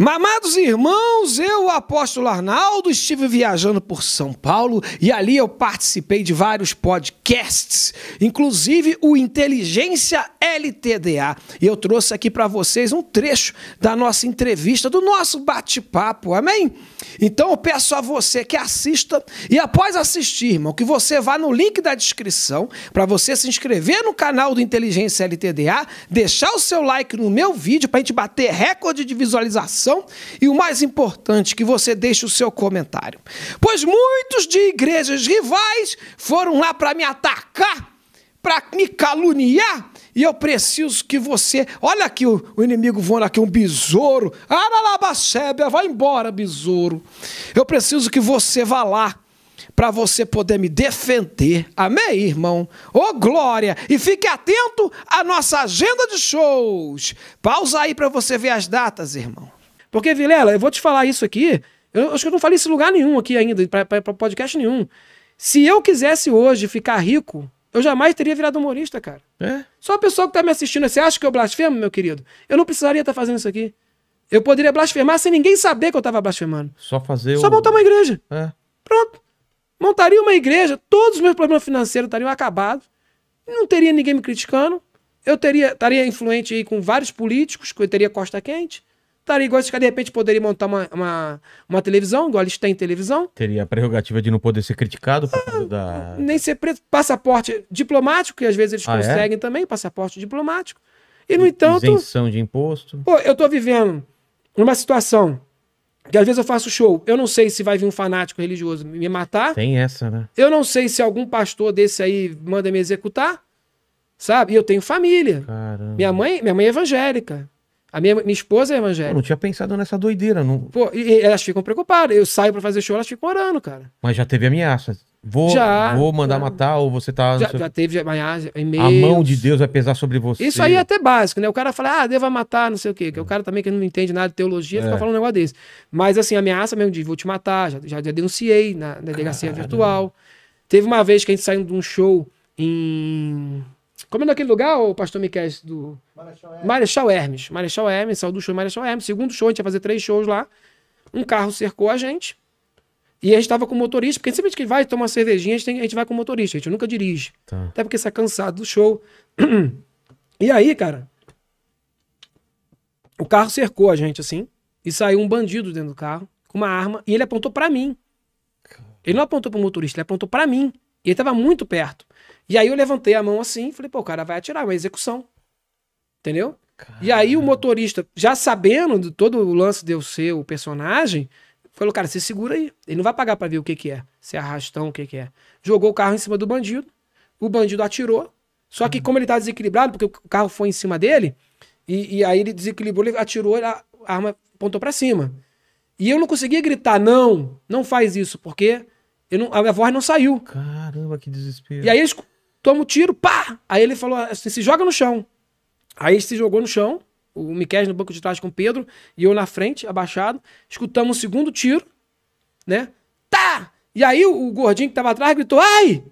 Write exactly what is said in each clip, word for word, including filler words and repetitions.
Amados irmãos, eu, o apóstolo Arnaldo, estive viajando por São Paulo e ali eu participei de vários podcasts, inclusive o Inteligência L T D A. E eu trouxe aqui para vocês um trecho da nossa entrevista, do nosso bate-papo, amém? Então eu peço a você que assista e após assistir, irmão, que você vá no link da descrição para você se inscrever no canal do Inteligência L T D A, deixar o seu like no meu vídeo para a gente bater recorde de visualização e o mais importante, que você deixe o seu comentário. Pois muitos de igrejas rivais foram lá para me atacar, para me caluniar, e eu preciso que você... Olha aqui o, o inimigo voando aqui, um besouro. Aralabacébia, vai embora, besouro. Eu preciso que você vá lá para você poder me defender. Amém, irmão? Ô, oh, glória! E fique atento à nossa agenda de shows. Pausa aí para você ver as datas, irmão. Porque, Vilela, eu vou te falar isso aqui, eu acho que eu não falei isso em lugar nenhum aqui ainda, para podcast nenhum. Se eu quisesse hoje ficar rico, eu jamais teria virado humorista, cara. É? Só a pessoa que tá me assistindo, você acha que eu blasfemo, meu querido? Eu não precisaria estar fazendo isso aqui. Eu poderia blasfemar sem ninguém saber que eu tava blasfemando. Só fazer Só o... montar uma igreja. É. Pronto. Montaria uma igreja, todos os meus problemas financeiros estariam acabados, não teria ninguém me criticando, eu teria, estaria influente aí com vários políticos, que eu teria costa quente, estaria igual, de repente poderia montar uma, uma, uma televisão, igual eles têm televisão. Teria a prerrogativa de não poder ser criticado por causa da... Nem ser preso, passaporte diplomático, que às vezes eles ah, conseguem é? também, passaporte diplomático. E no entanto... Isenção de imposto. Pô, eu tô vivendo numa situação que às vezes eu faço show, eu não sei se vai vir um fanático religioso me matar. Tem essa, né? Eu não sei se algum pastor desse aí manda me executar, sabe? E eu tenho família. Caramba. Minha mãe, minha mãe é evangélica. A minha, minha esposa é evangélica. Eu não tinha pensado nessa doideira. Não... Pô, e, e elas ficam preocupadas. Eu saio pra fazer show, elas ficam orando, cara. Mas já teve ameaça. Vou, já, vou mandar já. matar ou você tá... Já, seu... já teve ameaça, e-mails. A mão de Deus vai pesar sobre você. Isso aí é até básico, né? O cara fala, ah, Deus vai matar, não sei o quê. Que é o cara também que não entende nada de teologia, é. fica falando um negócio desse. Mas assim, ameaça mesmo de vou te matar, já, já denunciei na, na delegacia Caramba. virtual. Teve uma vez que a gente saiu de um show em... Como é naquele lugar, o pastor Miquel do... Marechal Hermes. Marechal Hermes. Marechal Hermes, saiu do show Marechal Hermes. Segundo show, a gente ia fazer três shows lá. Um carro cercou a gente. E a gente tava com o motorista, porque sempre que a gente vai tomar uma cervejinha, a gente, tem, a gente vai com o motorista, a gente nunca dirige. Tá. Até porque você é cansado do show. E aí, cara, o carro cercou a gente assim, e saiu um bandido dentro do carro, com uma arma, e ele apontou pra mim. Ele não apontou pro motorista, ele apontou pra mim. E ele tava muito perto. E aí eu levantei a mão assim, e falei, pô, o cara vai atirar, uma execução. Entendeu? Caramba. E aí o motorista, já sabendo de todo o lance de eu ser o personagem, falou, cara, você segura aí. Ele não vai pagar pra ver o que que é. Se é arrastão, o que que é. Jogou o carro em cima do bandido. O bandido atirou. Só que como ele tá desequilibrado, porque o carro foi em cima dele, e, e aí ele desequilibrou, ele atirou, a arma apontou pra cima. E eu não conseguia gritar, não, não faz isso, porque eu não, a minha voz não saiu. Caramba, que desespero. E aí eles tomam um tiro, pá! Aí ele falou assim, se joga no chão. Aí ele se jogou no chão, o Miquel no banco de trás com o Pedro, e eu na frente, abaixado, escutamos o segundo tiro, né? Tá! E aí o, o gordinho que tava atrás gritou, ai!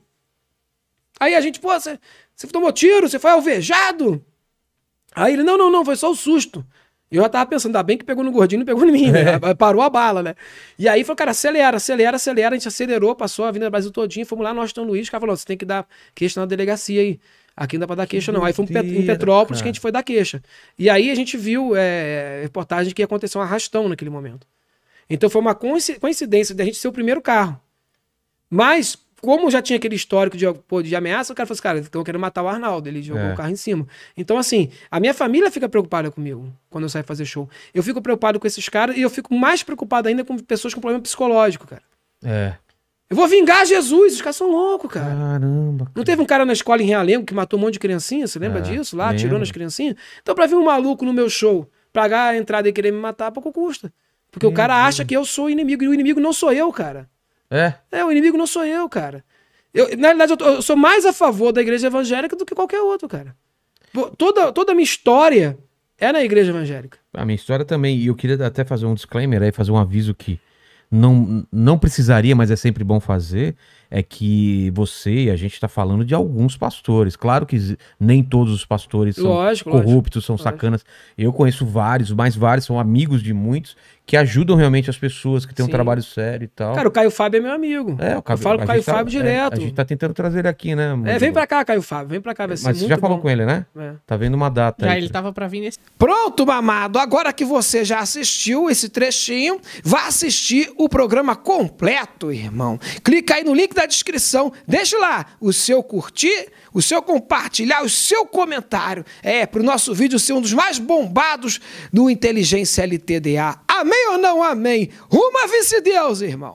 Aí a gente, pô, você, você tomou tiro, você foi alvejado? Aí ele, não, não, não, foi só o susto. E eu já tava pensando, ainda bem que pegou no gordinho, não pegou em mim, né? É. Parou a bala, né? E aí falou, cara, acelera, acelera, acelera, a gente acelerou, passou a Avenida Brasil todinha, fomos lá no Washington Luiz, o cara falou, você tem que dar queixa na delegacia aí. Aqui não dá pra dar queixa, que não. Aí fomos em Petrópolis cara. que a gente foi dar queixa. E aí a gente viu é, reportagem que aconteceu um arrastão naquele momento. Então foi uma coincidência de a gente ser o primeiro carro. Mas, como já tinha aquele histórico de, pô, de ameaça, o cara falou assim, cara, estão querendo matar o Arnaldo. Ele jogou é. o carro em cima. Então, assim, a minha família fica preocupada comigo quando eu saio fazer show. Eu fico preocupado com esses caras e eu fico mais preocupado ainda com pessoas com problema psicológico, cara. É. Eu vou vingar Jesus, os caras são loucos, cara. Caramba. Cara. Não teve um cara na escola em Realengo que matou um monte de criancinha, você lembra é, disso? Lá, lembro. Atirou nas criancinhas. Então, pra vir um maluco no meu show, pagar a entrada e querer me matar, pouco custa. Porque meu o cara Deus. acha que eu sou o inimigo, e o inimigo não sou eu, cara. É? É, o inimigo não sou eu, cara. Eu, na realidade, eu, tô, eu sou mais a favor da igreja evangélica do que qualquer outro, cara. Toda, toda a minha história é na igreja evangélica. A minha história também, e eu queria até fazer um disclaimer aí, fazer um aviso que não, não precisaria, mas é sempre bom fazer, é que você, a gente está falando de alguns pastores. Claro que nem todos os pastores são Lógico, corruptos, são lógico. sacanas. Eu conheço vários, mais vários, são amigos de muitos, que ajudam realmente as pessoas, que têm um Sim. trabalho sério e tal. Cara, o Caio Fábio é meu amigo. É, o Eu Caio- falo com a o Caio gente tá- Fábio é, direto. a gente tá tentando trazer ele aqui, né? É, Murilo? vem pra cá, Caio Fábio. Vem pra cá, vai ser Mas você muito já falou bom. com ele, né? É. Tá vendo uma data Já aí. ele tava pra vir nesse. Pronto, mamado. Agora que você já assistiu esse trechinho, vá assistir o programa completo, irmão. Clica aí no link da descrição, deixa lá o seu curtir, o seu compartilhar, o seu comentário. É, pro nosso vídeo ser um dos mais bombados do Inteligência L T D A. Amém ou não amém? Rumo a vice-deus, irmão.